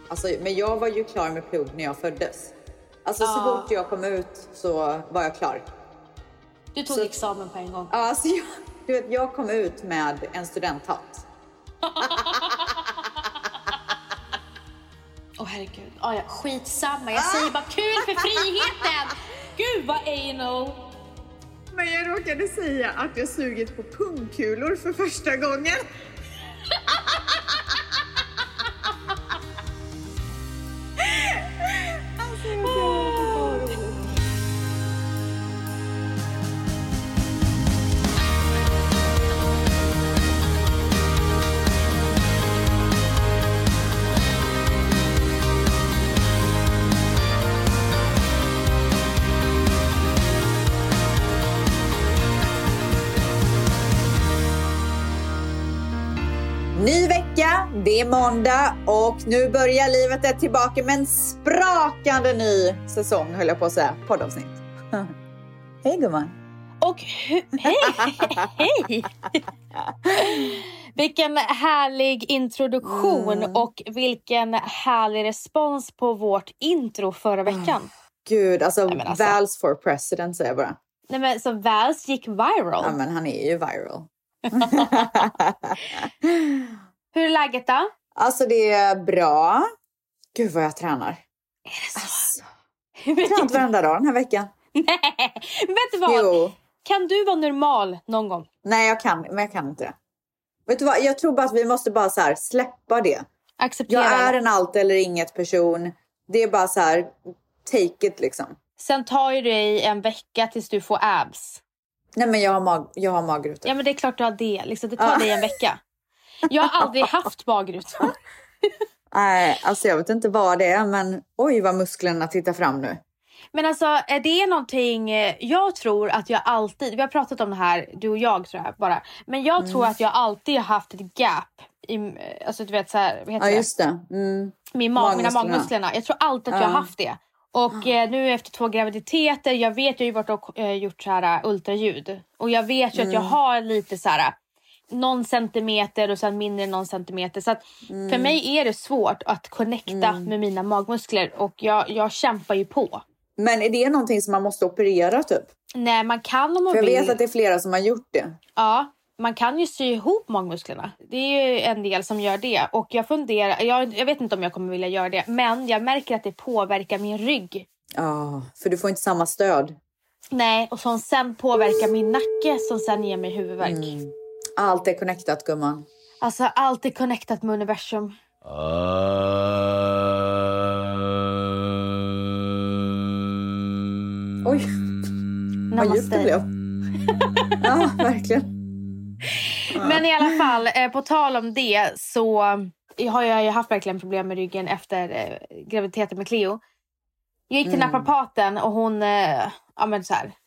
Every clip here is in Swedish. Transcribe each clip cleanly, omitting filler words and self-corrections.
Alltså, men jag var ju klar med plugg när jag föddes. Alltså så fort jag kom ut så var jag klar. Du tog examen på en gång. Ja, alltså jag kom ut med en studenthatt. Herregud. Ja, skitsamma. Jag säger bara kul för friheten. Gud vad anal. Men jag råkade säga att jag sugit på pungkulor för första gången. Ny vecka, det är måndag och nu börjar livet är tillbaka med en sprakande ny säsong, höll jag på att säga, poddavsnitt. Hej gumman. Och hej! Vilken härlig introduktion och vilken härlig respons på vårt intro förra veckan. Gud, alltså Vals for president säger jag bara. Nej men så Vals gick viral. Ja men han är ju viral. Hur är läget då? Alltså det är bra. Gud vad jag tränar. Är det så? Alltså, jag har tränat varenda dag den här veckan. Nej, vet du vad? Jo. Kan du vara normal någon gång? Nej jag kan inte det. Vet du vad, jag tror bara att vi måste bara så här släppa det. Acceptera. Jag är en allt eller inget person. Det är bara så här, take it liksom. Sen tar ju dig en vecka tills du får abs. Nej men jag har magrutor. Ja men det är klart du har det. Liksom, det tar dig en vecka. Jag har aldrig haft magrutor. Nej, alltså jag vet inte vad det är. Men oj vad musklerna tittar fram nu. Men alltså det är någonting. Jag tror att jag alltid. Vi har pratat om det här, du och jag tror jag bara. Men jag tror att jag alltid har haft ett gap i, alltså du vet så här, vad heter det? Ja just det. Mina magmusklerna. Jag tror alltid att jag har haft det. Och nu efter 2 graviditeter, jag vet, jag har ju varit och gjort så här ultraljud. Och jag vet ju att jag har lite så här någon centimeter och sen mindre än någon centimeter. Så att för mig är det svårt att connecta med mina magmuskler. Och jag kämpar ju på. Men är det någonting som man måste operera typ? Nej, man kan om man vill. För jag vet att det är flera som har gjort det. Ja, man kan ju sy ihop magmusklerna. Det är ju en del som gör det. Och jag funderar, jag vet inte om jag kommer vilja göra det. Men jag märker att det påverkar min rygg. Ja, för du får inte samma stöd. Nej, och som sen påverkar min nacke som sen ger mig huvudvärk. Allt är connectat gumman. Alltså allt är connectat med universum. Oj, vad djupt det blev. Ja, verkligen. Men i alla fall, på tal om det så har jag ju haft verkligen problem med ryggen efter graviditeten med Cleo. Jag gick till naprapaten och hon, ja men så här,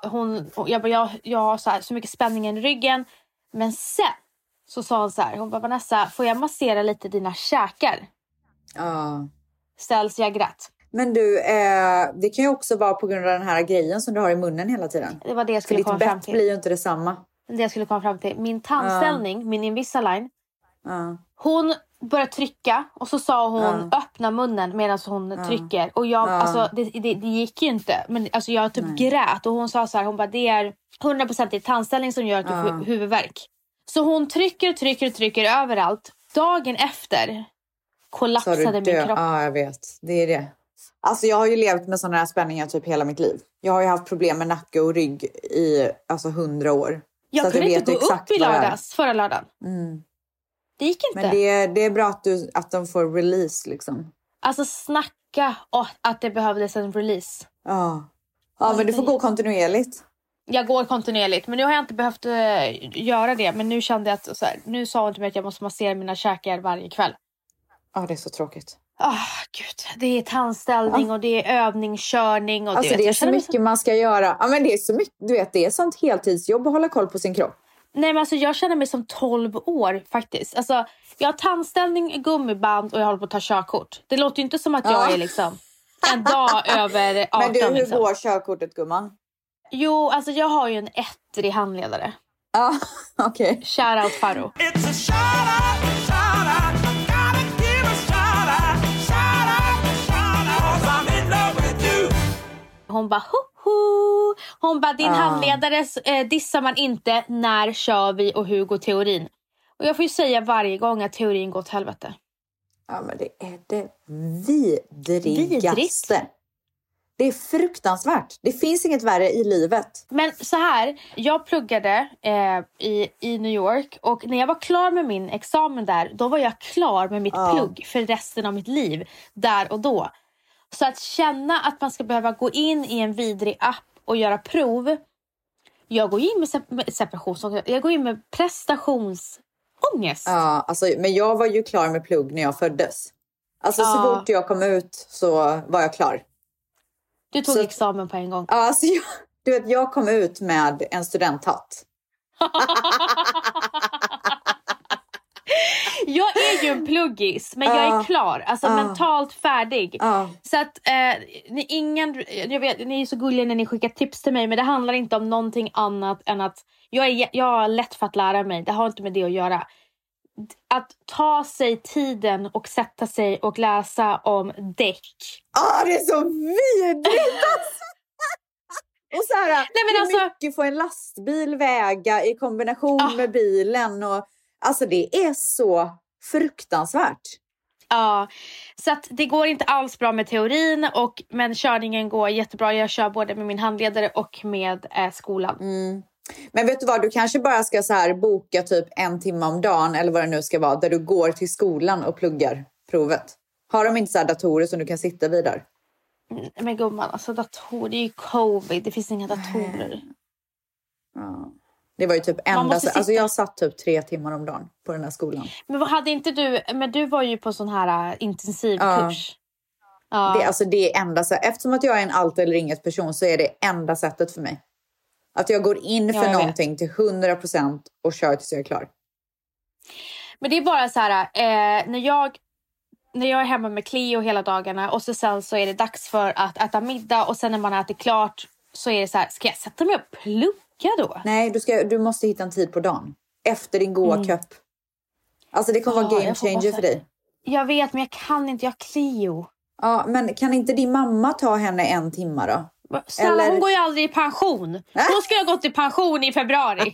jag har så här, så mycket spänning i ryggen. Men sen så sa hon så här, hon bara Vanessa, får jag massera lite dina käkar? Ja. Ställs jag grät. Men du, det kan ju också vara på grund av den här grejen som du har i munnen hela tiden. Det var det jag skulle komma fram till. Ditt bett blir ju inte detsamma. Det jag skulle komma fram till. Min tandställning, min Invisalign. Hon började trycka och så sa hon öppna munnen medan hon trycker. Och jag, alltså det gick ju inte. Men alltså jag typ grät och hon sa så här, hon bara det är 100% i tandställning som gör att du får huvudvärk. Så hon trycker överallt. Dagen efter kollapsade min kropp. Ja, jag vet. Det är det. Alltså jag har ju levt med sådana här spänningar typ hela mitt liv. Jag har ju haft problem med nacke och rygg i 100 år. Jag kunde inte gå upp i lördags, förra lördagen. Det gick inte. Men det är bra att de får release liksom. Alltså snacka och att det behövdes en release. Ja, men du får gå kontinuerligt. Jag går kontinuerligt, men nu har jag inte behövt göra det. Men nu kände jag att så här, nu sa hon till mig att jag måste massera mina käkar varje kväll. Ja, det är så tråkigt. Gud, det är tandställning och det är övningskörning. Och alltså det är så mycket man ska göra. Ja, men det är så mycket, du vet, det är sånt heltidsjobb att hålla koll på sin kropp. Nej, men alltså jag känner mig som 12 år faktiskt. Alltså, jag har tandställning, gummiband och jag håller på att ta körkort. Det låter ju inte som att jag är liksom en dag över 18. Men du, hur liksom. går körkortet, gumman? Jo, alltså jag har ju en ettrig handledare. Ja, okej. Okay. Shoutout Faro. hon bara ho. Hon bara, din handledare dissar man inte. När kör vi och hur går teorin? Och jag får ju säga varje gång att teorin går åt helvete. Ja, men det är det vidrigaste. Det är fruktansvärt. Det finns inget värre i livet. Men så här, jag pluggade i New York. Och när jag var klar med min examen där, då var jag klar med mitt plugg för resten av mitt liv. Där och då. Så att känna att man ska behöva gå in i en vidrig app och göra prov. Jag går in med separationsångest. Jag går in med prestationsångest. Ja, alltså, men jag var ju klar med plugg när jag föddes. Alltså så fort jag kom ut så var jag klar. Du tog examen på en gång. Ja, alltså jag kom ut med en studenthatt. Jag är ju en pluggis, men jag är klar. Alltså mentalt färdig. Så att jag vet, ni är så gulliga när ni skickar tips till mig. Men det handlar inte om någonting annat än att jag har lätt för att lära mig. Det har inte med det att göra. Att ta sig tiden och sätta sig och läsa om däck. Det är så vidrigt alltså. Och så här, hur mycket får en lastbil väga i kombination med bilen? Och, alltså det är så fruktansvärt. Ja, så att det går inte alls bra med teorin. Men körningen går jättebra. Jag kör både med min handledare och med skolan. Men vet du vad, du kanske bara ska så här boka typ 1 timme om dagen eller vad det nu ska vara, där du går till skolan och pluggar provet. Har de inte så här datorer som du kan sitta vid där? Men gumman, alltså datorer, det är ju covid, det finns inga datorer. Ja. Det var ju typ enda, alltså jag satt typ 3 timmar om dagen på den här skolan. Men vad hade inte du, men du var ju på sån här intensiv kurs. Det är enda sättet, eftersom att jag är en allt eller inget person så är det enda sättet för mig. Att jag går in för någonting till 100% och kör tills jag är klar. Men det är bara så här, när jag är hemma med Cleo hela dagarna och sen så är det dags för att äta middag och sen när man äter klart så är det så här, ska jag sätta mig och plugga då? Nej, du måste hitta en tid på dagen. Efter din goa cup. Alltså det kommer vara game changer för dig. Jag vet, men jag kan inte, jag har Cleo. Ja, men kan inte din mamma ta henne 1 timme då? Snälla, hon går ju aldrig i pension. Hon skulle ha gått i pension i februari.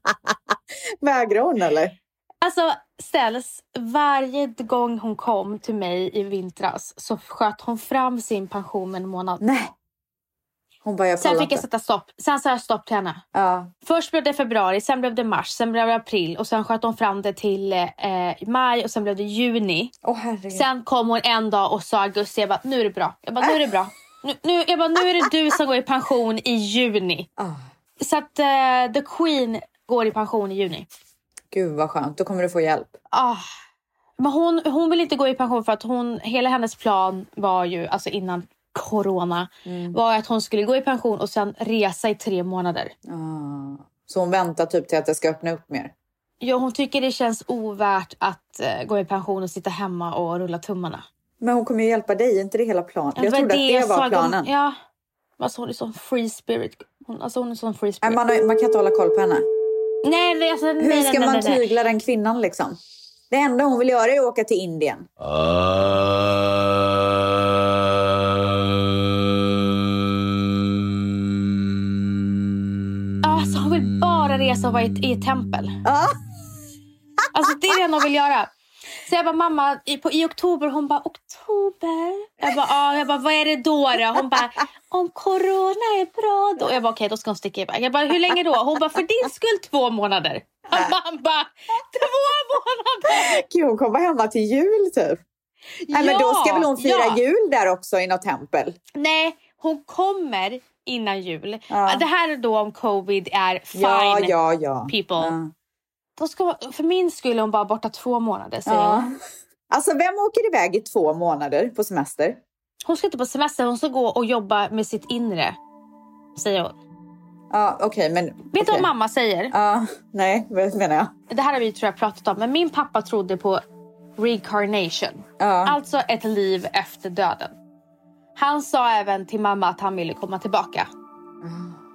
Vägrar hon eller? Alltså, ställs varje gång hon kom till mig i vintras så sköt hon fram sin pension med 1 månad. Nej. Hon bara, sen fick jag sätta stopp. Sen sa jag stopp till henne. Först blev det februari, sen blev det mars, sen blev det april. Och sen sköt hon fram det till maj och sen blev det juni. Sen kom hon en dag och sa augusti, jag bara, nu är det bra. Nu är det bra. Nu är det du som går i pension i juni. Så att The Queen går i pension i juni. Gud vad skönt, då kommer du få hjälp. Men hon vill inte gå i pension för att hela hennes plan var ju, alltså innan corona, var att hon skulle gå i pension och sen resa i 3 månader. Så hon väntar typ till att det ska öppna upp mer? Ja, hon tycker det känns ovärt att gå i pension och sitta hemma och rulla tummarna. Men hon kommer ju hjälpa dig, inte det hela planen. Jag trodde att det var planen. Ja, alltså hon är sån free spirit. Hon är sån free spirit. Man kan inte hålla koll på henne. Nej, alltså, hur ska man tygla den kvinnan liksom? Det enda hon vill göra är att åka till Indien. Alltså hon vill bara resa och vara i ett tempel. Alltså det är det hon vill göra. Så jag bara, mamma, i oktober, hon bara, oktober? Jag bara, vad är det då? Hon bara, om corona är bra då. Jag bara, okej, då ska hon sticka iväg. Jag bara, hur länge då? Hon bara, för din skull 2 månader. Han bara, 2 månader? Gud, hon kommer hemma till jul typ. Nej, men då ska väl hon fira jul där också i något tempel? Nej, hon kommer innan jul. Det här är då om covid är fine people. Då ska, för min skulle hon bara borta 2 månader, säger hon. Alltså vem åker iväg i 2 månader på semester? Hon ska inte på semester, hon ska gå och jobba med sitt inre, säger hon. Okej, men... Vet du vad mamma säger? Nej, vad menar jag? Det här har vi tror jag pratat om, men min pappa trodde på reincarnation. Alltså ett liv efter döden. Han sa även till mamma att han ville komma tillbaka.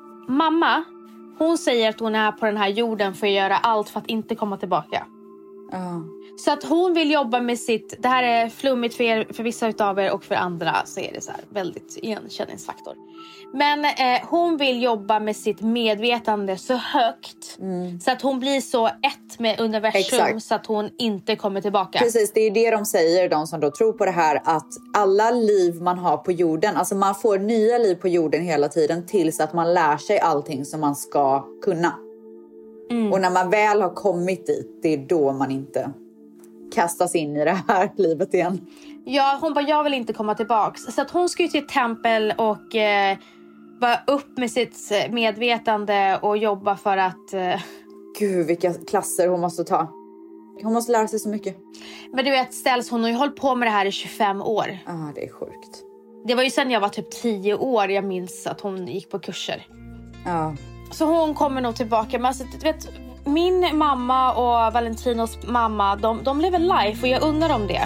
Mamma, hon säger att hon är på den här jorden för att göra allt för att inte komma tillbaka. Så att hon vill jobba med sitt... Det här är flummigt för vissa utav er och för andra så är det så här väldigt igenkänningsfaktor. Men hon vill jobba med sitt medvetande så högt så att hon blir så ett med universum så att hon inte kommer tillbaka. Precis, det är det de säger, de som då tror på det här, att alla liv man har på jorden, alltså man får nya liv på jorden hela tiden tills att man lär sig allting som man ska kunna. Och när man väl har kommit dit, det är då man inte kastas in i det här livet igen. Ja, hon bara, jag vill inte komma tillbaks. Så att hon ska ju till ett tempel och bara upp med sitt medvetande och jobba för att... Gud, vilka klasser hon måste ta. Hon måste lära sig så mycket. Men du vet, hon har ju hållit på med det här i 25 år. Det är sjukt. Det var ju sen jag var typ 10 år jag minns att hon gick på kurser. Ja. Så hon kommer nog tillbaka. Men alltså, du vet, min mamma och Valentinos mamma, de lever life och jag undrar om det.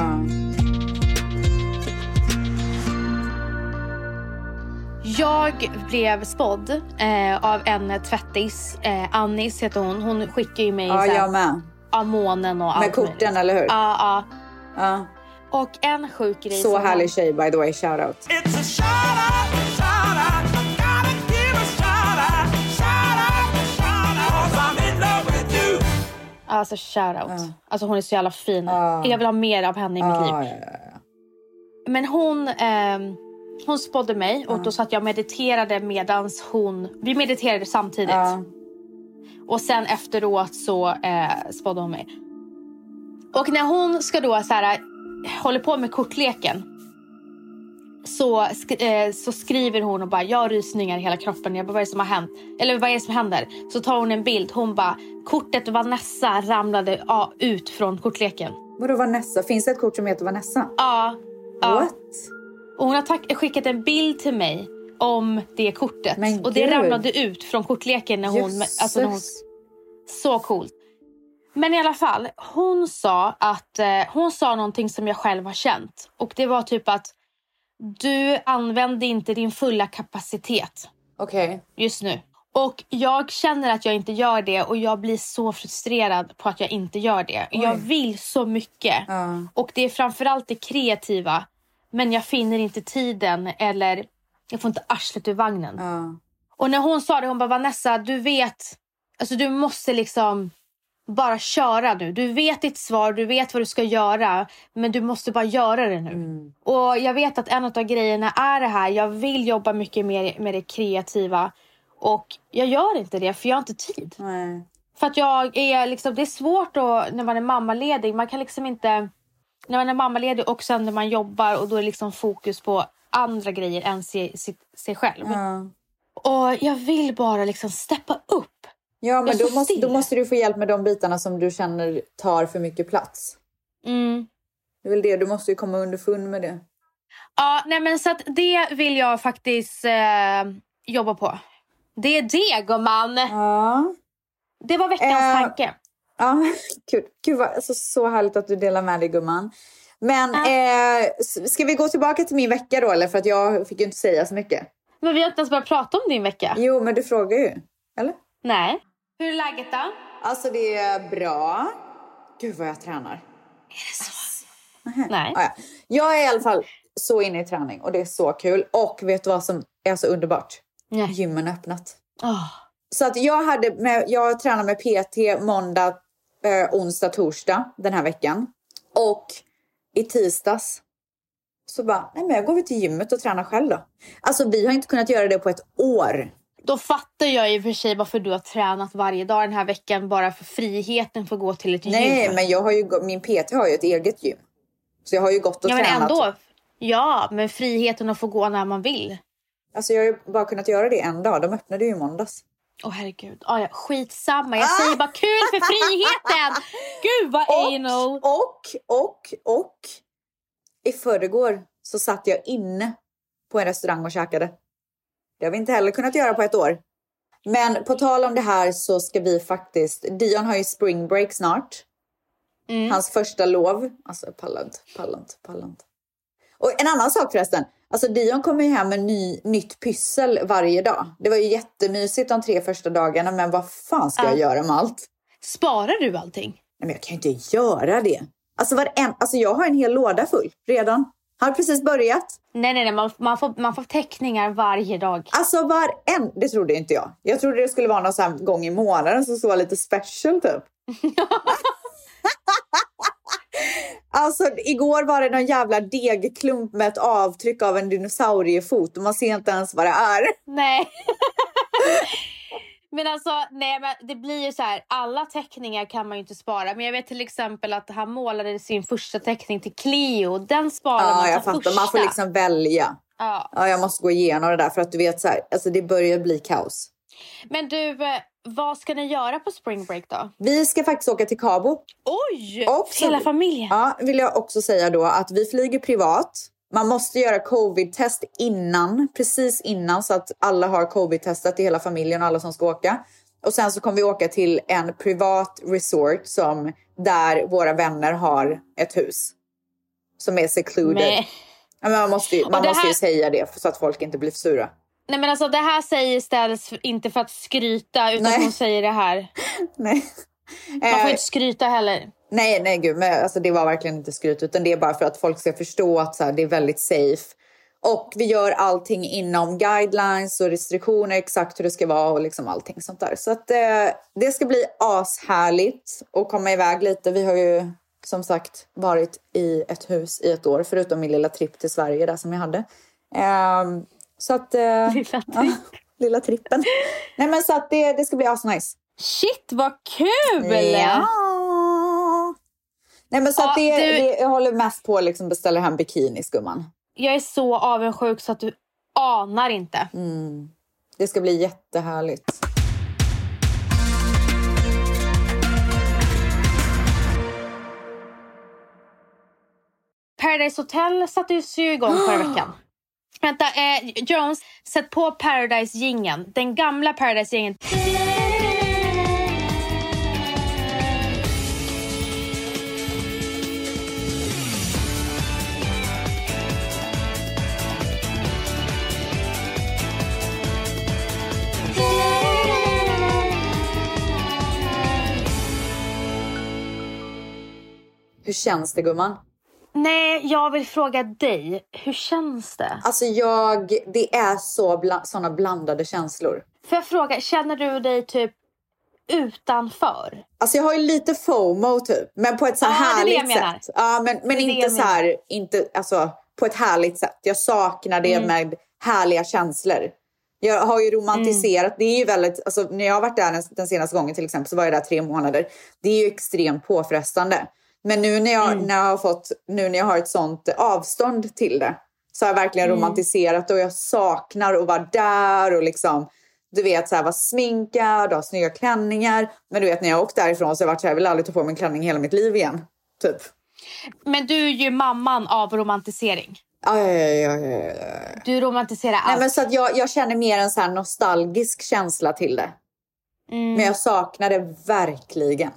Jag blev spådd av en tvättis, Annis heter hon. Hon skickar ju mig jag med. Av månen och allt. Med korten, möjligt. Eller hur? Ja. Och en sjuk grej. Så härlig tjej, by the way, shout out. It's a shout out, shout out. I gotta give a shout out, shout out, shout out. 'Cause I'm in love with you. Alltså shout out. Alltså hon är så jävla fin. Jag vill ha mer av henne i mitt liv. Ja. Men hon spådde mig och då satt jag och mediterade medans vi mediterade samtidigt. Och sen efteråt så spådde hon mig. Och när hon ska då så här håller på med kortleken så skriver hon och bara, jag har rysningar i hela kroppen. Jag bara, vad är det som har hänt? Eller vad är det som händer? Så tar hon en bild. Hon bara, kortet Vanessa ramlade ut från kortleken. Vadå Vanessa? Finns det ett kort som heter Vanessa? Ja. What? Och hon har skickat en bild till mig om det kortet. Och det ramlade ut från kortleken när hon... Alltså när hon så coolt. Men i alla fall, hon sa någonting som jag själv har känt. Och det var typ att du använde inte din fulla kapacitet. Okej. Just nu. Och jag känner att jag inte gör det. Och jag blir så frustrerad på att jag inte gör det. Oj. Jag vill så mycket. Och det är framförallt det kreativa. Men jag finner inte tiden. Eller jag får inte arslet ur vagnen. Och när hon sa det, hon bara, Vanessa, du vet. Alltså du måste liksom bara köra nu. Du vet ditt svar, du vet vad du ska göra. Men du måste bara göra det nu. Och jag vet att en av grejerna är det här. Jag vill jobba mycket mer med det kreativa. Och jag gör inte det för jag har inte tid. Nej. För att jag är liksom, det är svårt då när man är mammaledig. Man kan liksom inte, när man är mammaledig och sen när man jobbar och då är det liksom fokus på andra grejer än sig själv. Och jag vill bara liksom steppa upp. Ja, men då måste du få hjälp med de bitarna som du känner tar för mycket plats. Det är väl det, du måste ju komma underfund med det. Ja, nej men så att det vill jag faktiskt jobba på. Det är det, gumman. Det var veckans tanke. Ja, Gud vad, alltså, så härligt att du delar med dig, gumman. Men ska vi gå tillbaka till min vecka då? Eller? För att jag fick ju inte säga så mycket. Men vi har inte ens börjat prata om din vecka. Jo, men du frågar ju. Eller? Nej. Hur är läget då? Alltså det är bra. Gud vad jag tränar. Är det så? Nej. Ja. Jag är i alla fall så inne i träning. Och det är så kul. Och vet du vad som är så underbart? Nej. Gymmen öppnat. Så att jag tränar med PT måndag, onsdag, torsdag den här veckan. Och i tisdags så bara, nej men jag går till gymmet och tränar själv då. Alltså vi har inte kunnat göra det på ett år. Då fattar jag i och för sig varför du har tränat varje dag den här veckan. Bara för friheten får gå till ett gym. Nej, men min PT har ju ett eget gym. Så jag har ju gått och tränat. Men ändå. Ja, men friheten att få gå när man vill. Alltså jag har ju bara kunnat göra det en dag. De öppnade ju i måndags. Herregud. Ja, skitsamma. Jag säger bara kul för friheten. Gud vad anal. Och i förrgår så satt jag inne på en restaurang och käkade. Det har vi inte heller kunnat göra på ett år. Men på tal om det här så ska vi faktiskt... Dion har ju spring break snart. Hans första lov. Alltså pallant. Och en annan sak förresten. Alltså Dion kommer ju hem med nytt pyssel varje dag. Det var ju jättemysigt de 3 första dagarna. Men vad fan ska jag göra med allt? Sparar du allting? Men jag kan ju inte göra det. Alltså jag har en hel låda full redan. Har precis börjat. Nej. Man får teckningar varje dag. Alltså det trodde inte jag. Jag trodde det skulle vara någon sån här gång i månaden som skulle vara lite special typ. Alltså igår var det någon jävla degklump med ett avtryck av en dinosauriefot. Och man ser inte ens vad det är. Nej. Men det blir ju så här, alla teckningar kan man ju inte spara. Men jag vet till exempel att han målade sin första teckning till Cleo. Den sparar man jag fattar. Första. Man får liksom välja. Ja, jag måste gå igenom det där för att du vet så här, alltså det börjar bli kaos. Men du, vad ska ni göra på spring break då? Vi ska faktiskt åka till Cabo. Oj, hela familjen. Ja, vill jag också säga då att vi flyger privat. Man måste göra covid-test precis innan så att alla har covid-testat i hela familjen och alla som ska åka. Och sen så kommer vi åka till en privat resort där våra vänner har ett hus som är secluded. Men man måste ju säga det så att folk inte blir sura. Nej men alltså det här säger ställs inte för att skryta utan hon säger det här. Nej. Man får inte skryta heller. Nej gud, men alltså det var verkligen inte skryt utan det är bara för att folk ska förstå att så här, det är väldigt safe. Och vi gör allting inom guidelines och restriktioner, exakt hur det ska vara och liksom allting sånt där. Så att det ska bli ashärligt att komma iväg lite. Vi har ju som sagt varit i ett hus i ett år förutom min lilla tripp till Sverige där som jag hade. Så att... lilla trippen. Nej men så att det ska bli asnice. Shit, vad kul! Ja. Nej men så att jag håller mest på att liksom beställa hem bikinis, gumman. Jag är så avundsjuk så att du anar inte. Det ska bli jättehärligt. Paradise Hotel satte ju igång förra veckan. Vänta, Jones, sätt på Paradise-gingen. Den gamla Paradise-gingen. Hur känns det, gumman? Nej, jag vill fråga dig. Hur känns det? Alltså det är såna blandade känslor. Får jag fråga, känner du dig typ utanför? Alltså jag har ju lite FOMO typ. Men på ett så här härligt sätt. Ja, men inte så här, alltså på ett härligt sätt. Jag saknar det med härliga känslor. Jag har ju romantiserat, det är ju väldigt, alltså när jag har varit där den senaste gången till exempel så var jag där 3 månader. Det är ju extremt påfrestande. Men nu när jag har ett sånt avstånd till det så har jag verkligen romantiserat och jag saknar att vara där och liksom, du vet så här, vara sminkad och ha snygga klänningar. Men du vet när jag åkte därifrån så har jag varit så här, jag vill aldrig ta på mig en klänning hela mitt liv igen, typ. Men du är ju mamman av romantisering. Ja. Du romantiserar allt. Nej men så att jag känner mer en så här nostalgisk känsla till det. Men jag saknar det verkligen.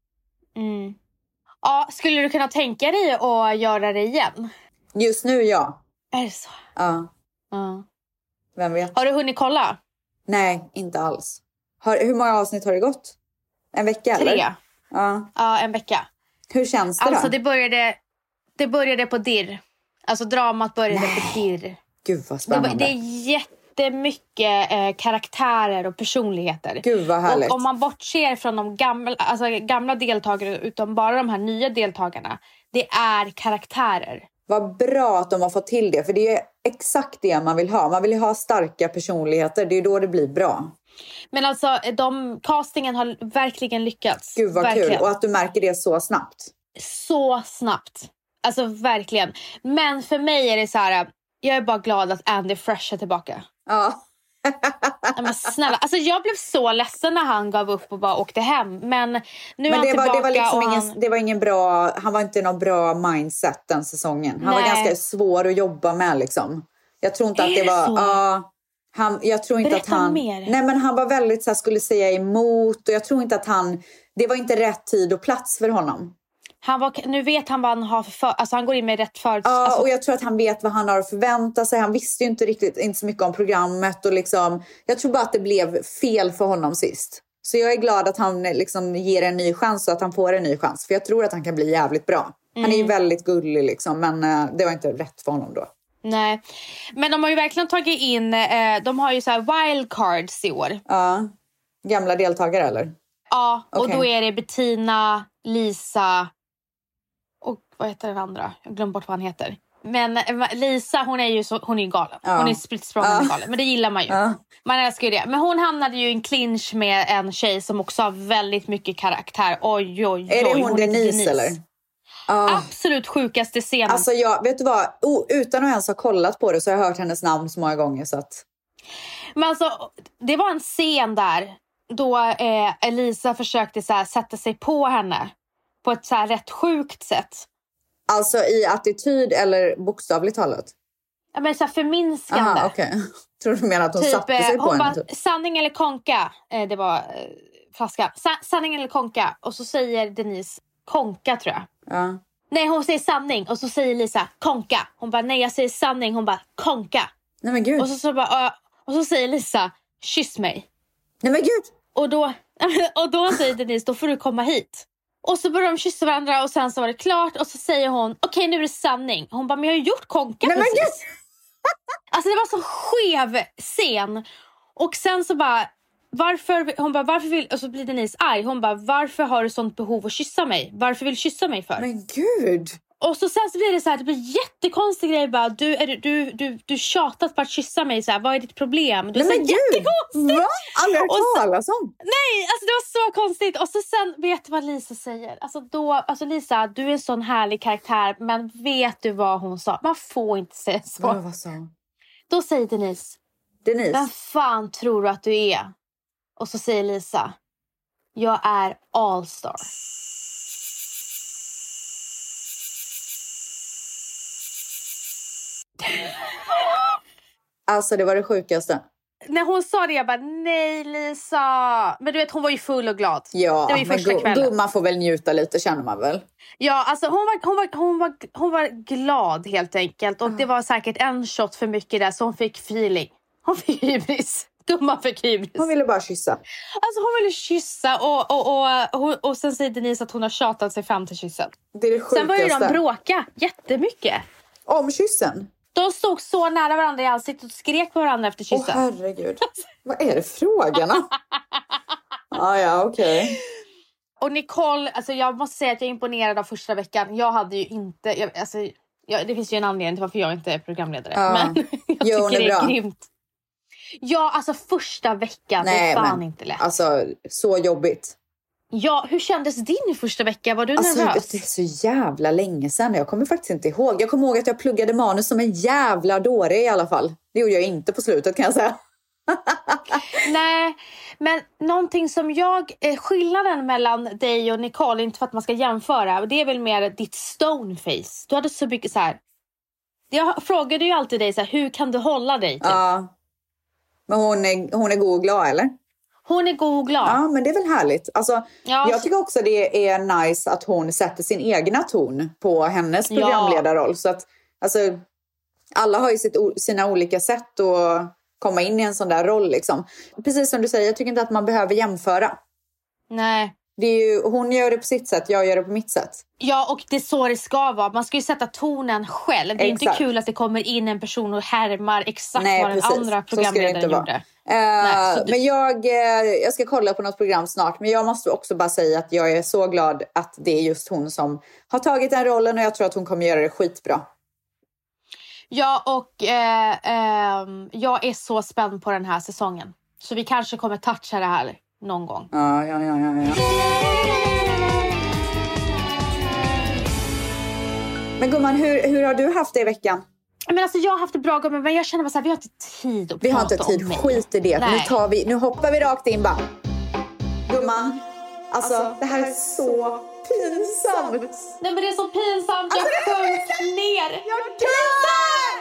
Ja, skulle du kunna tänka dig att göra det igen? Just nu, ja. Är det så? Ja. Vem vet? Har du hunnit kolla? Nej, inte alls. Hur många avsnitt har det gått? En vecka, 3. eller? Ja, en vecka. Hur känns det då? Alltså, det började på dirr. Alltså, dramat började på dirr. Gud, vad spännande. Det är jättemycket karaktärer och personligheter. Gud, vad härligt. Och om man bortser från de gamla deltagare utan bara de här nya deltagarna. Det är karaktärer. Vad bra att de har fått till det. För det är exakt det man vill ha. Man vill ha starka personligheter. Det är då det blir bra. Men alltså, castingen har verkligen lyckats. Gud, vad kul. Och att du märker det så snabbt. Så snabbt. Alltså, verkligen. Men för mig är det så här... Jag är bara glad att Andy Fresh är tillbaka. Ja. Men snälla, alltså jag blev så ledsen när han gav upp och bara åkte hem. Men nu är han tillbaka. Det var ingen bra, han var inte någon bra mindset den säsongen. Han var ganska svår att jobba med liksom. Jag tror inte att det var... jag tror inte Berätta att han... mer. Nej, men han var väldigt så här, skulle säga emot. Och jag tror inte att det var inte rätt tid och plats för honom. Nu vet han vad han har alltså han går in med rätt för. Ja, alltså. och jag tror att han vet vad han har att förvänta sig. Han visste ju inte så mycket om programmet och liksom, jag tror bara att det blev fel för honom sist. Så jag är glad att han liksom ger en ny chans och att han får en ny chans. För jag tror att han kan bli jävligt bra. Han är ju väldigt gullig liksom, men det var inte rätt för honom då. Nej, men de har ju verkligen tagit in, de har ju så här wildcards i år. Ja, gamla deltagare eller? Ja, och då är det Bettina, Lisa och vad heter den andra? Jag glömde bort vad han heter. Men Lisa, hon är ju galen. Ja. Hon är spritt-språngande galen, men det gillar man ju. Ja. Man älskar ju det. Men hon hamnade ju i en clinch med en tjej som också har väldigt mycket karaktär. Oj. Är det hon Denise eller? Absolut sjukaste scenen. Alltså vet du vad? Utan att ens ha kollat på det så har jag hört hennes namn så många gånger. Så att... Men alltså, det var en scen där då Elisa försökte så här, sätta sig på henne på ett så här rätt sjukt sätt. Alltså i attityd eller bokstavligt talat? Ja, men så här förminskande. Aha, okej. Tror du menar att hon satte sig på henne? Typ. Sanning eller konka, det var flaskan. Sanning eller konka. Och så säger Denise konka, tror jag. Ja. Nej, hon säger sanning. Och så säger Lisa konka. Hon bara, nej jag säger sanning. Hon bara, konka. Nej men gud. Och så säger Lisa, kyss mig. Nej men gud. Och då säger Denise, då får du komma hit. Och så börjar de kyssa varandra och sen så var det klart. Och så säger hon, okej, nu är det sanning. Hon bara, men jag har ju gjort konka. Nej, precis. Men alltså det var så skev scen. Och sen så bara, varför vill... Och så blir Denise arg. Hon bara, varför har du sånt behov att kyssa mig? Varför vill du kyssa mig för? Men gud. Och så sen så blir det så här, det blir jättekonstig grej bara, du tjatat på att kyssa mig så här, vad är ditt problem? Du är så jättekonstigt. Va? Aldrig hört talas om. Nej, alltså det var så konstigt. Och så sen, vet du vad Lisa säger? Alltså Lisa, du är en sån härlig karaktär, men vet du vad hon sa? Man får inte säga så. Vad sa hon? Då säger Denise, vem fan tror du att du är? Och så säger Lisa, jag är All-star. Alltså det var det sjukaste. När hon sa det, jag bara, nej Lisa. Men du vet, hon var ju full och glad. Ja, det var ju första kvällen. Man får väl njuta lite, känner man väl. Ja, alltså hon var glad helt enkelt. Och det var säkert en shot för mycket där, så hon fick feeling. Hon fick hybris. Gumman fick hybris. Hon ville bara kyssa. Alltså hon ville kyssa och sen säger Denise att hon har tjatat sig fram till kyssen. Det är det sjukaste. Sen började de bråka jättemycket. Om kyssen? De stod så nära varandra i ansiktet och skrek på varandra efter kyssen. Åh herregud. Vad är det frågan om? Ja, okej. Och Nicole, alltså jag måste säga att jag är imponerad av första veckan. Jag hade ju inte... det finns ju en anledning till varför jag inte är programledare. Men jag tycker det är grymt. Ja, alltså första veckan, det är fan inte lätt. Alltså, så jobbigt. Ja, hur kändes din första vecka? Var du nervös? Det är så jävla länge sedan. Jag kommer faktiskt inte ihåg. Jag kommer ihåg att jag pluggade manus som en jävla dåre i alla fall. Det gjorde jag inte på slutet, kan jag säga. Nej, men någonting som skillnaden mellan dig och Nicole, inte för att man ska jämföra, det är väl mer ditt stoneface. Du hade så mycket så här. Jag frågade ju alltid dig så här, hur kan du hålla dig? Typ? Ja. Men hon är god och glad, eller? Hon är god och glad. Ja, men det är väl härligt. Alltså, jag tycker också det är nice att hon sätter sin egna ton på hennes programledarroll. Så att, alltså, alla har ju sina olika sätt att komma in i en sån där roll. Liksom. Precis som du säger, jag tycker inte att man behöver jämföra. Nej. Det är ju, hon gör det på sitt sätt, jag gör det på mitt sätt. Ja, och det är så det ska vara. Man ska ju sätta tonen själv. Det är inte kul att det kommer in en person och härmar exakt vad den andra programledaren gjorde. Men jag ska kolla på något program snart. Men jag måste också bara säga att jag är så glad att det är just hon som har tagit den rollen. Och jag tror att hon kommer göra det skitbra. Ja, och jag är så spänd på den här säsongen. Så vi kanske kommer toucha det här någon gång. Ja. Men gumman, hur har du haft det i veckan? Men alltså jag har haft det bra, men jag känner bara så här, vi har inte tid att prata om mig. Vi har inte tid, skit i det. Nu hoppar vi rakt in bara. Gumman, alltså det här är så pinsamt. Nej, men det är så pinsamt, jag sjönk ner. Jag dör!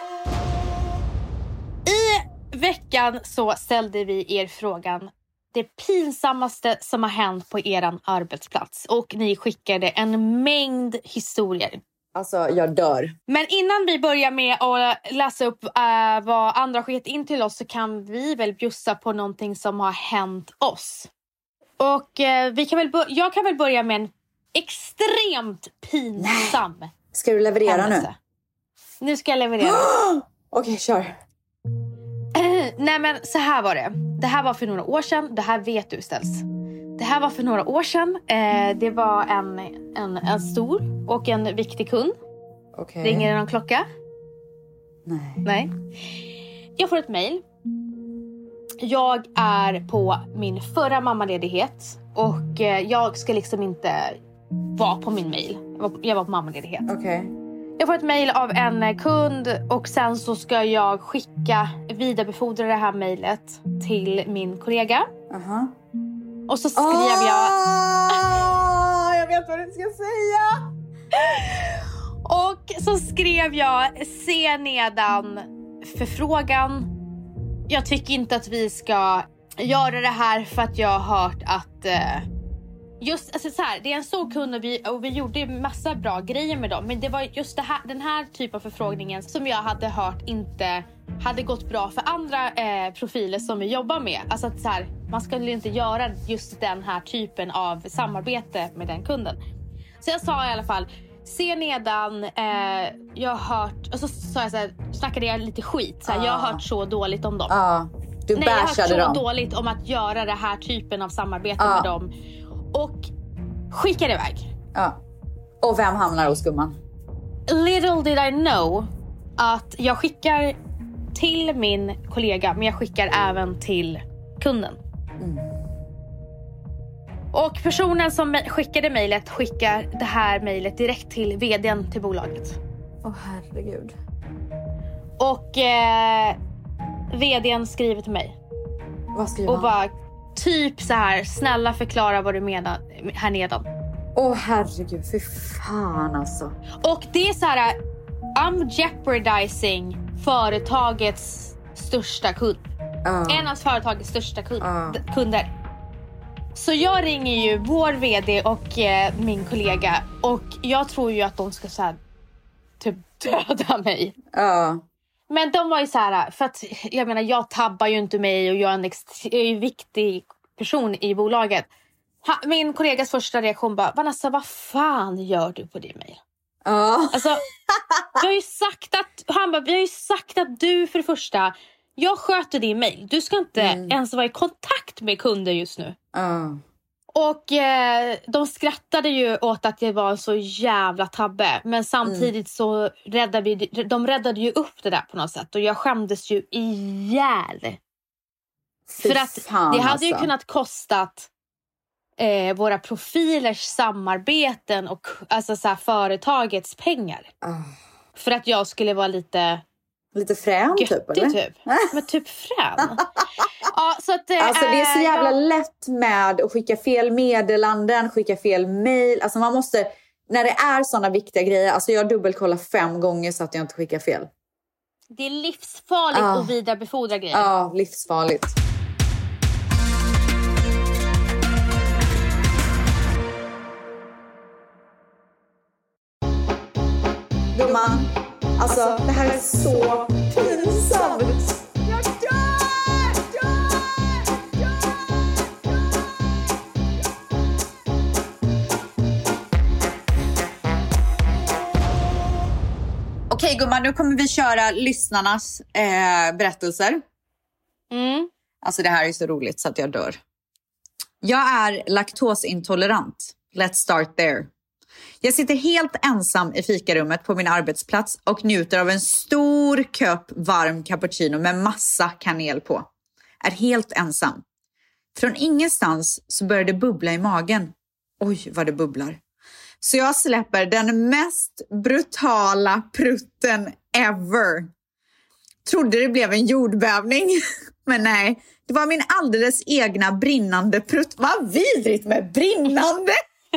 I veckan så ställde vi er frågan, det pinsammaste som har hänt på eran arbetsplats. Och ni skickade en mängd historier. Alltså, jag dör. Men innan vi börjar med att läsa upp vad andra skickat in till oss, så kan vi väl bjussa på någonting som har hänt oss. Och jag kan väl börja med en extremt pinsam. Nej. Ska du leverera händelse. Nu ska jag leverera. Okej, kör. Nej, men så här var det. Det här var för några år sedan. Det här vet du, Ställs. Det här var för några år sedan. Det var en stor och en viktig kund. Okay. Ringer det någon klocka? Nej. Jag får ett mejl. Jag är på min förra mammaledighet. Och jag ska liksom inte vara på min mejl. Jag var på mammaledighet. Okay. Jag får ett mejl av en kund. Och sen så ska jag vidarebefordra det här mejlet till min kollega. Och så skrev jag... Jag vet vad du ska säga. Och så skrev jag: se nedan förfrågan. Jag tycker inte att vi ska göra det här för att jag har hört att... Just alltså så här, det är en stor kund och vi gjorde massa bra grejer med dem. Men det var just den här typen av förfrågningen som jag hade hört inte hade gått bra för andra profiler som vi jobbar med. Alltså att så här, man skulle inte göra just den här typen av samarbete med den kunden. Så jag sa i alla fall: se nedan, jag har hört... Och så sa jag så här, snackade jag lite skit. Så här, jag har hört så dåligt om dem. Du jag har hört så dem. dåligt om att göra det här typen av samarbete med dem. Och skickade iväg. Och vem hamnar hos gumman? Little did I know att jag skickar till min kollega, men jag skickar även till kunden. Och personen som skickade mejlet skickar det här mejlet direkt till vdn till bolaget. Herregud. Och vdn skriver till mig. Vad skriver och han? Bara typ så här: snälla förklara vad du menar här nedan. Herregud, för fan alltså. Och det är så här: I'm jeopardizing företagets största kund. En av företagets största kunder. Så jag ringer ju vår vd och min kollega. Och jag tror ju att de ska så här, typ döda mig. Men de var ju så här, för att jag menar, jag tabbar ju inte mig och jag är en viktig person i bolaget. Min kollegas första reaktion bara: Vanessa, vad fan gör du på det mejl? Alltså, vi har ju sagt att du, för det första, jag sköter din mejl. Du ska inte ens vara i kontakt med kunder just nu. Och de skrattade ju åt att det var så jävla tabbe. Men samtidigt så räddade ju upp det där på något sätt. Och jag skämdes ju ihjäl. För att det hade ju kunnat kostat våra profilers samarbeten och alltså så här, företagets pengar. För att jag skulle vara lite frän typ, eller? Typ. Men typ frän. Så att, alltså det är så jävla lätt med att skicka fel meddelanden, skicka fel mejl. Alltså man måste, när det är sådana viktiga grejer, alltså jag dubbelkollar 5 gånger så att jag inte skickar fel. Det är livsfarligt att vidarebefordra grejer. Ja, livsfarligt. Gumman, alltså det här är så pinsamt. Jag dör! Okej gumman, nu kommer vi köra lyssnarnas berättelser. Alltså det här är så roligt så att jag dör. Jag är laktosintolerant. Let's start there. Jag sitter helt ensam i fikarummet på min arbetsplats och njuter av en stor kopp varm cappuccino med massa kanel på. Är helt ensam. Från ingenstans så börjar det bubbla i magen. Oj, vad det bubblar. Så jag släpper den mest brutala prutten ever. Trodde det blev en jordbävning. Men nej, det var min alldeles egna brinnande prutt. Vad vidrigt med brinnande!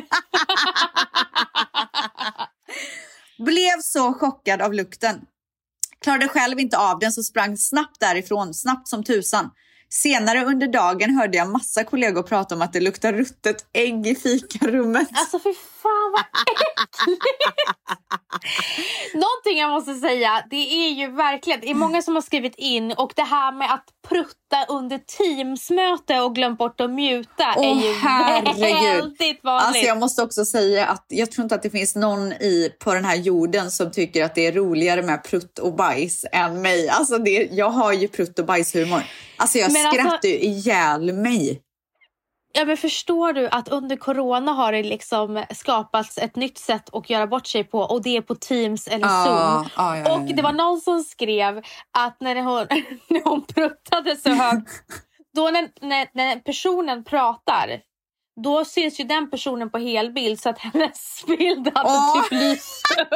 Blev så chockad av lukten. Klarade själv inte av den så sprang snabbt därifrån, snabbt som tusan. Senare under dagen hörde jag massa kollegor prata om att det luktar ruttet ägg i fikarummet. Alltså för fan fan vad äckligt. Någonting jag måste säga, det är ju verkligen, det är många som har skrivit in, och det här med att prutta under Teams-möte och glömt bort att muta är ju väldigt vanligt. Alltså jag måste också säga att jag tror inte att det finns någon på den här jorden som tycker att det är roligare med prutt och bajs än mig. Alltså jag har ju prutt och bajshumor. Alltså jag skrattar ju ihjäl mig. Ja, men förstår du att under corona har det liksom skapats ett nytt sätt att göra bort sig på, och det är på Teams eller Zoom. Ja. Och det var någon som skrev att när hon pruttade så högt, då när personen pratar, då syns ju den personen på helbild, så att hennes bild hade typ lyst upp.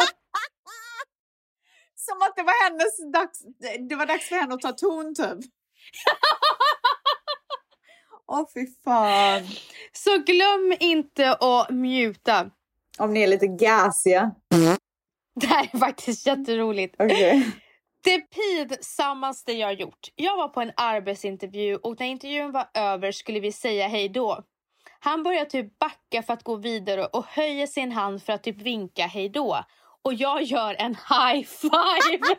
Som att det var det var dags för henne att ta ton typ. Fy fan. Så glöm inte att muta. Om ni är lite gasiga. Det här är faktiskt jätteroligt. Okay. Det pinsammaste jag har gjort. Jag var på en arbetsintervju, och när intervjun var över skulle vi säga hej då. Han börjar typ backa för att gå vidare och höjer sin hand för att typ vinka hej då. Och jag gör en high five.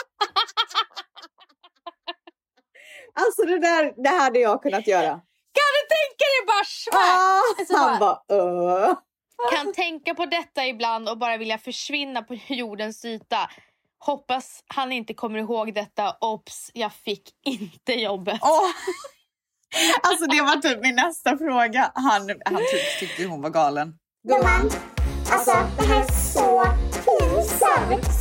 Alltså det här hade jag kunnat göra. Kan du tänka dig bara svart? Han bara Kan tänka på detta ibland och bara vilja försvinna på jordens yta. Hoppas han inte kommer ihåg detta. Ops, jag fick inte jobbet. Alltså det var typ min nästa fråga. Han tyckte hon var galen. Gumman, alltså det här är så pinsamt.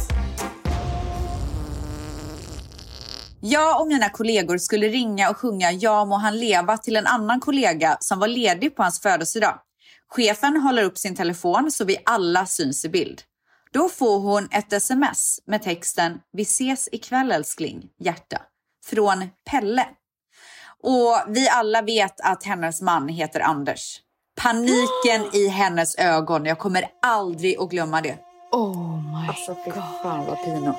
Jag och mina kollegor skulle ringa och sjunga Ja må han leva till en annan kollega som var ledig på hans födelsedag. Chefen håller upp sin telefon så vi alla syns i bild. Då får hon ett sms med texten Vi ses ikväll älskling, hjärta. Från Pelle. Och vi alla vet att hennes man heter Anders. Paniken i hennes ögon. Jag kommer aldrig att glömma det. Oh my God. Fan vad pino.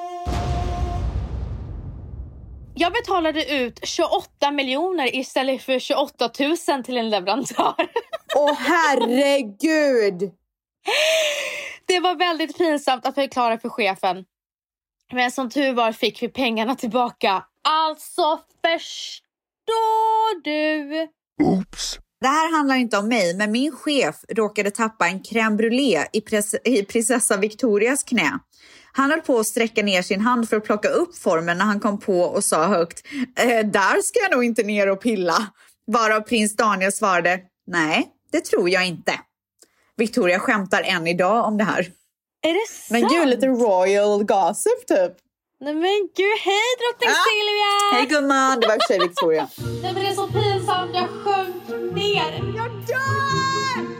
Jag betalade ut 28 miljoner istället för 28 000 till en leverantör. Herregud! Det var väldigt pinsamt att förklara för chefen. Men som tur var fick vi pengarna tillbaka. Alltså, förstår du? Oops. Det här handlar inte om mig, men min chef råkade tappa en crème brûlée i prinsessa Victorias knä. Han höll på att sträcka ner sin hand för att plocka upp formen när han kom på och sa högt där ska jag nog inte ner och pilla. Varav prins Daniel svarade nej, det tror jag inte. Victoria skämtar än idag om det här. Är det sant? Men gud, lite royal gossip typ. Nej men gud, hej drottning Silvia! Hej gumman, det var för sig Victoria. Nej men det är så pinsamt, jag sjönk ner. Jag dör!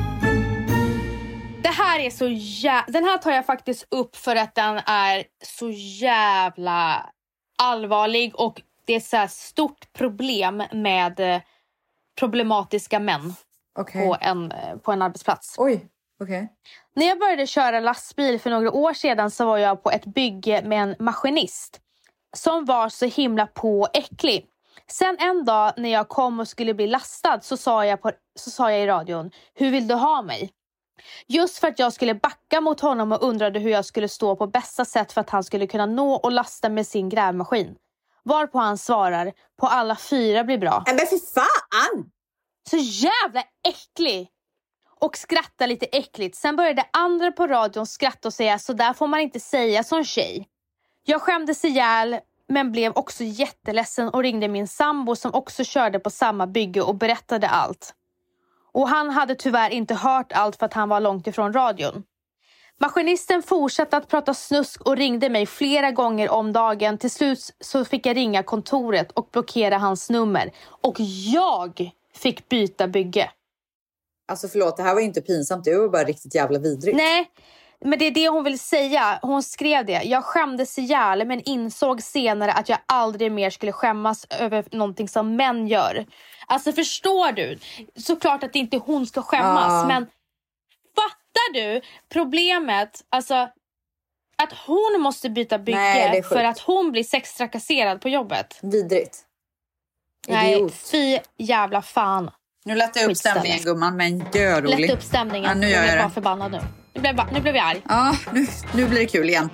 Det här är så den här tar jag faktiskt upp för att den är så jävla allvarlig, och det är ett så här stort problem med problematiska män på en arbetsplats. Oj, okej. När jag började köra lastbil för några år sedan så var jag på ett bygge med en maskinist som var så himla äcklig. Sen en dag när jag kom och skulle bli lastad så sa jag i radion, hur vill du ha mig? Just för att jag skulle backa mot honom och undrade hur jag skulle stå på bästa sätt för att han skulle kunna nå och lasta med sin grävmaskin. Varpå han svarar, på alla 4 blir bra. Men för fan! Så jävla äcklig! Och skratta lite äckligt. Sen började andra på radion skratta och säga, så där får man inte säga som tjej. Jag skämdes ihjäl men blev också jätteledsen och ringde min sambo som också körde på samma bygge och berättade allt. Och han hade tyvärr inte hört allt för att han var långt ifrån radion. Maskinisten fortsatte att prata snusk och ringde mig flera gånger om dagen. Till slut så fick jag ringa kontoret och blockera hans nummer. Och jag fick byta bygge. Alltså förlåt, det här var inte pinsamt. Det var bara riktigt jävla vidrigt. Nej, men det är det hon vill säga. Hon skrev det. Jag skämdes ihjäl men insåg senare att jag aldrig mer skulle skämmas över någonting som män gör. Alltså förstår du? Såklart att inte hon ska skämmas. Men fattar du problemet? Alltså att hon måste byta bygge för att hon blir sextrakasserad på jobbet. Vidrigt. Nej, fy jävla fan. Nu lättar jag upp stämningen, gumman, men dörolig. Lätta upp stämningen. Ja, nu gör jag det. Bara förbannad nu. Nu blev jag arg. Ja, nu blir det kul igen.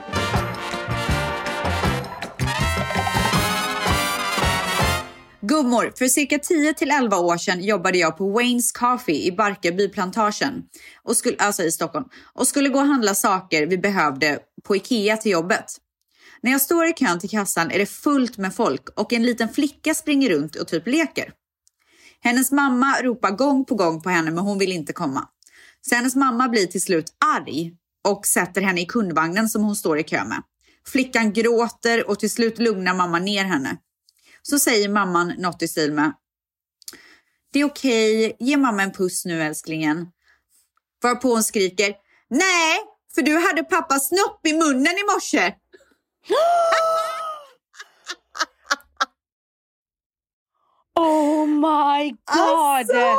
Gummor, för cirka 10-11 år sedan jobbade jag på Wayne's Coffee i Barkarbyplantagen, alltså i Stockholm, och skulle gå och handla saker vi behövde på Ikea till jobbet. När jag står i kön till kassan är det fullt med folk och en liten flicka springer runt och typ leker. Hennes mamma ropar gång på gång på henne, men hon vill inte komma. Så hennes mamma blir till slut arg och sätter henne i kundvagnen som hon står i kö med. Flickan gråter och till slut lugnar mamma ner henne. Så säger mamman något i stil med: det är okej, ge mamma en puss nu älsklingen. Varpå hon skriker: nej, för du hade pappas snopp i munnen i morse. Oh my god! Alltså!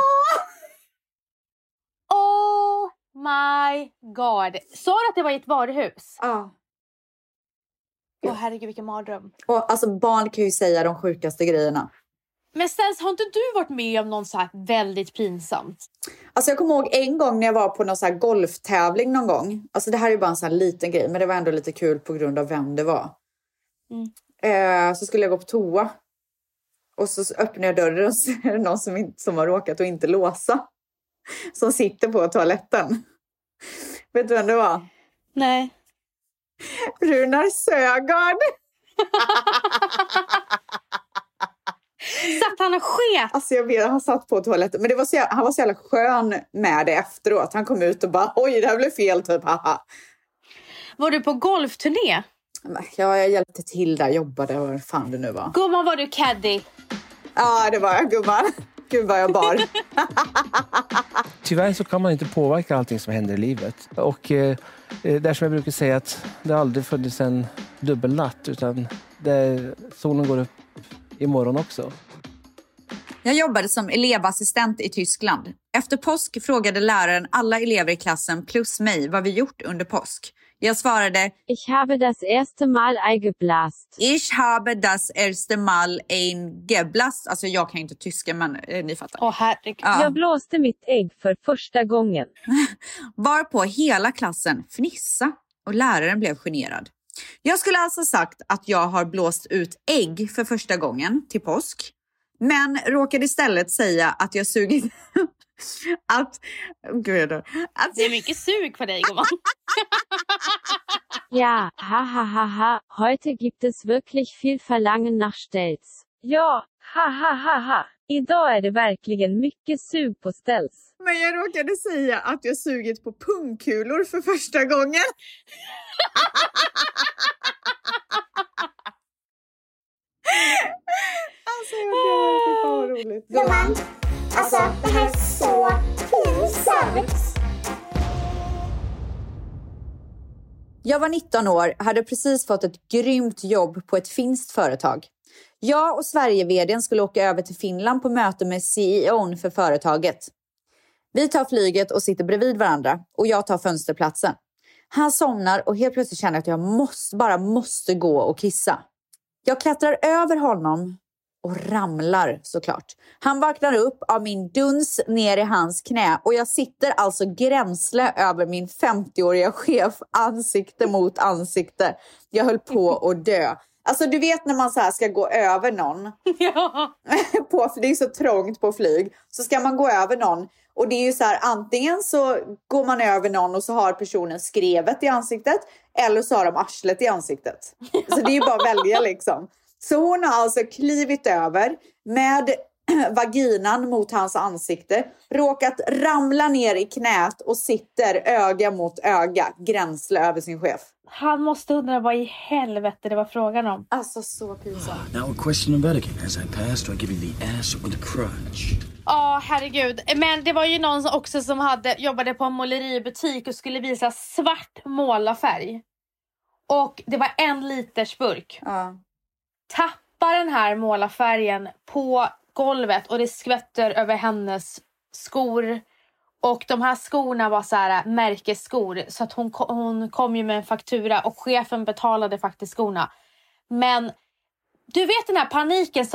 Oh my god! Sa du att det var i ett varuhus? Ja. Åh herregud, vilken mardröm. Och alltså barn kan ju säga de sjukaste grejerna. Men Stens, har inte du varit med om någon så här väldigt pinsamt? Alltså jag kommer ihåg en gång när jag var på någon så här golftävling någon gång. Alltså det här är ju bara en sån här liten grej, men det var ändå lite kul på grund av vem det var. Så skulle jag gå på toa. Och så öppnar jag dörren och så är det någon som har råkat att inte låsa. Som sitter på toaletten. Vet du vem det var? Nej. Runar Sögaard. Satt han och sket? Alltså jag vet, han satt på toaletten. Men han var så jävla skön med det efteråt. Han kom ut och bara, oj det här blev fel typ, haha. Var du på golfturné? Ja, jag hjälpte till där, jobbade, vad fan det nu var. Gumman, var du caddy? Ja, det var jag, gumman. Gud vad jag bar. Tyvärr så kan man inte påverka allting som händer i livet. Och där som jag brukar säga att det aldrig funnits en dubbelnatt, utan solen går upp imorgon också. Jag jobbade som elevassistent i Tyskland. Efter påsk frågade läraren alla elever i klassen plus mig vad vi gjort under påsk. Jag svarade: Ich habe das erste Mal eingeblast. Ich habe das erste Mal eingeblast. Alltså jag kan inte tyska, men ni fattar. Åh herregud. Ja. Jag blåste mitt ägg för första gången. Varpå hela klassen fnissa och läraren blev generad. Jag skulle alltså sagt att jag har blåst ut ägg för första gången till påsk. Men råkade istället säga att jag sugit... Det är mycket sug på dig, gumman. Ja, ha. Heute gibt es wirklich viel Verlangen nach Stelz. Ja, ha. Idag är det verkligen mycket sug på ställs. Men jag råkade säga att jag sugit på pungkulor för första gången. Alltså jag dör, det var roligt. Gumman, alltså det här är så pinsamt. Jag var 19 år, hade precis fått ett grymt jobb på ett finskt företag. Jag och Sverige-vdn skulle åka över till Finland på möte med CEO:n för företaget. Vi tar flyget och sitter bredvid varandra och jag tar fönsterplatsen. Han somnar och helt plötsligt känner att jag måste gå och kissa. Jag klättrar över honom och ramlar såklart. Han vaknar upp av min duns ner i hans knä och jag sitter alltså gränsle över min 50-åriga chef ansikte mot ansikte. Jag höll på att dö. Alltså du vet när man så här ska gå över någon. Ja. Det är så trångt på flyg. Så ska man gå över någon. Och det är ju så här, antingen så går man över någon och så har personen skrevet i ansiktet. Eller så har de arslet i ansiktet. Så det är ju bara att välja liksom. Så hon har alltså klivit över med vaginan mot hans ansikte. Råkat ramla ner i knät och sitter öga mot öga. Gränsle över sin chef. Han måste undra vad i helvete det var frågan om. Alltså så pinsamt. Now a question of etiquette. As I pass, do I give you the ass or the crotch? Ja, herregud. Men det var ju någon också som jobbade på en måleributik och skulle visa svart målarfärg. Och det var 1 liters burk. Ja. Tappar den här målarfärgen på golvet och det skvätter över hennes skor. Och de här skorna var så här märkesskor. Så att hon kom ju med en faktura och chefen betalade faktiskt skorna. Men du vet den här paniken som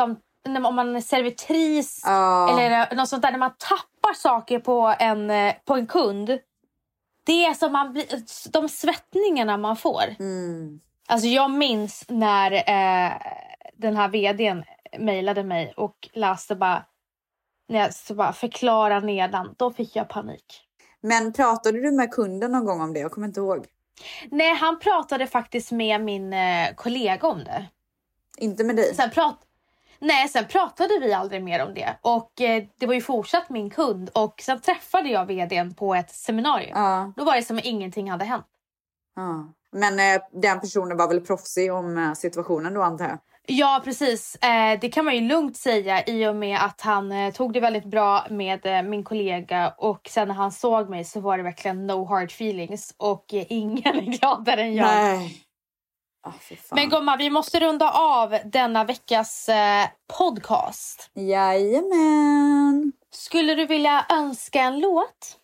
om man är servitris eller något sånt där, när man tappar saker på en kund. Det är som de svettningarna man får. Alltså jag minns när den här vdn mejlade mig och läste när jag så bara förklara nedan, då fick jag panik. Men pratade du med kunden någon gång om det? Jag kommer inte ihåg. Nej, han pratade faktiskt med min kollega om det. Inte med dig? Sen pratade vi aldrig mer om det. Och det var ju fortsatt min kund. Och sen träffade jag vdn på ett seminarium. Då var det som att ingenting hade hänt. Men den personen var väl proffsig om situationen då, antar jag? Ja, precis. Det kan man ju lugnt säga, i och med att han tog det väldigt bra med min kollega. Och sen när han såg mig så var det verkligen no hard feelings. Och ingen är gladare än jag. Nej. Men gumma, vi måste runda av denna veckas podcast. Jajamän. Skulle du vilja önska en låt?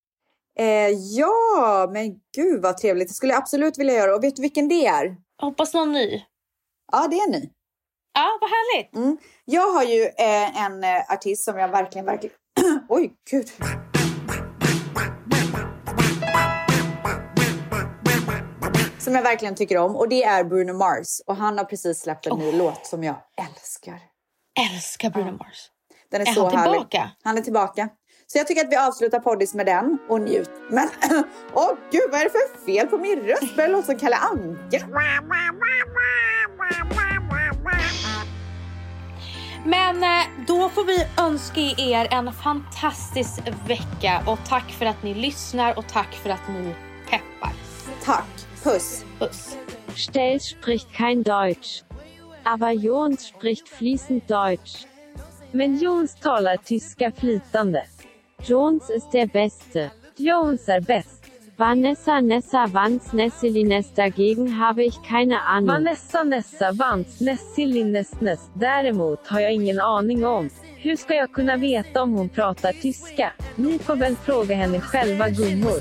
Ja, men gud vad trevligt. Det skulle jag absolut vilja göra. Och vet du vilken det är? Hoppas någon ny. Ja, det är ny. Ja, vad härligt. Jag har ju en artist som jag verkligen oj, gud. Som jag verkligen tycker om. Och det är Bruno Mars. Och han har precis släppt en ny låt som jag älskar. Älskar Bruno Mars. Den är så han tillbaka? Härlig. Han är tillbaka. Så jag tycker att vi avslutar poddis med den och njut. Men, gud, vad är det för fel på min röst? Det låter som Kalle Anka. Men då får vi önska er en fantastisk vecka. Och tack för att ni lyssnar och tack för att ni peppar. Tack. Puss. Puss. Stell spricht kein Deutsch. Aber Jons spricht fließend Deutsch. Men Jons talar tyska flytande. Jons ist der Beste. Jons är bäst. Vanessa Nessa Vans Nessilines dagegen habe ich keine Ahnung. Vanessa Nessa Vans Nessilines. Däremot har jag ingen aning om. Hur ska jag kunna veta om hon pratar tyska? Ni får väl fråga henne själva, gummor.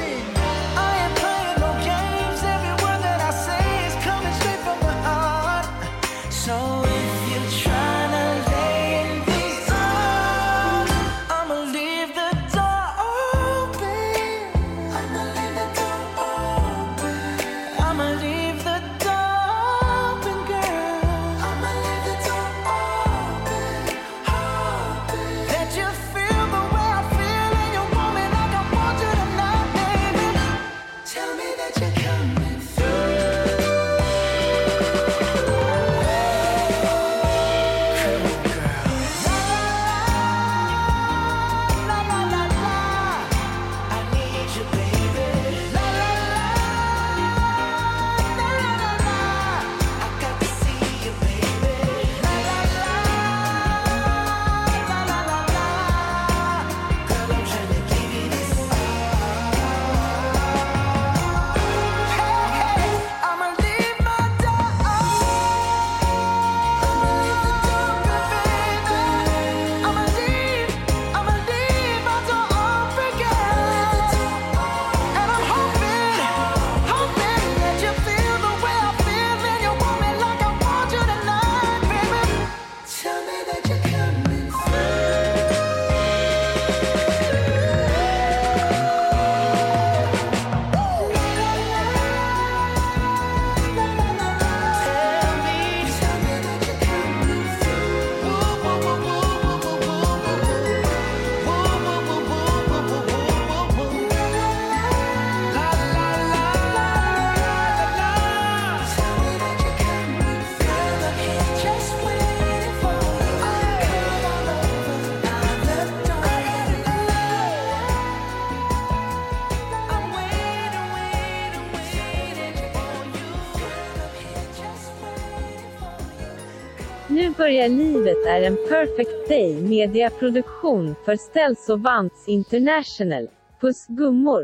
Nu börjar livet är en perfect day mediaproduktion för Ställs och Vants International. Puss gummor.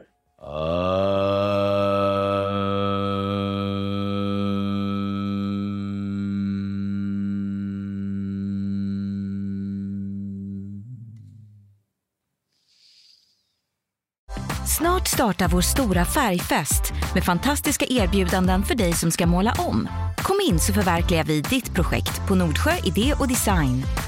Snart startar vår stora färgfest med fantastiska erbjudanden för dig som ska måla om. Kom in så förverkligar vi ditt projekt på Nordsjö Idé och Design.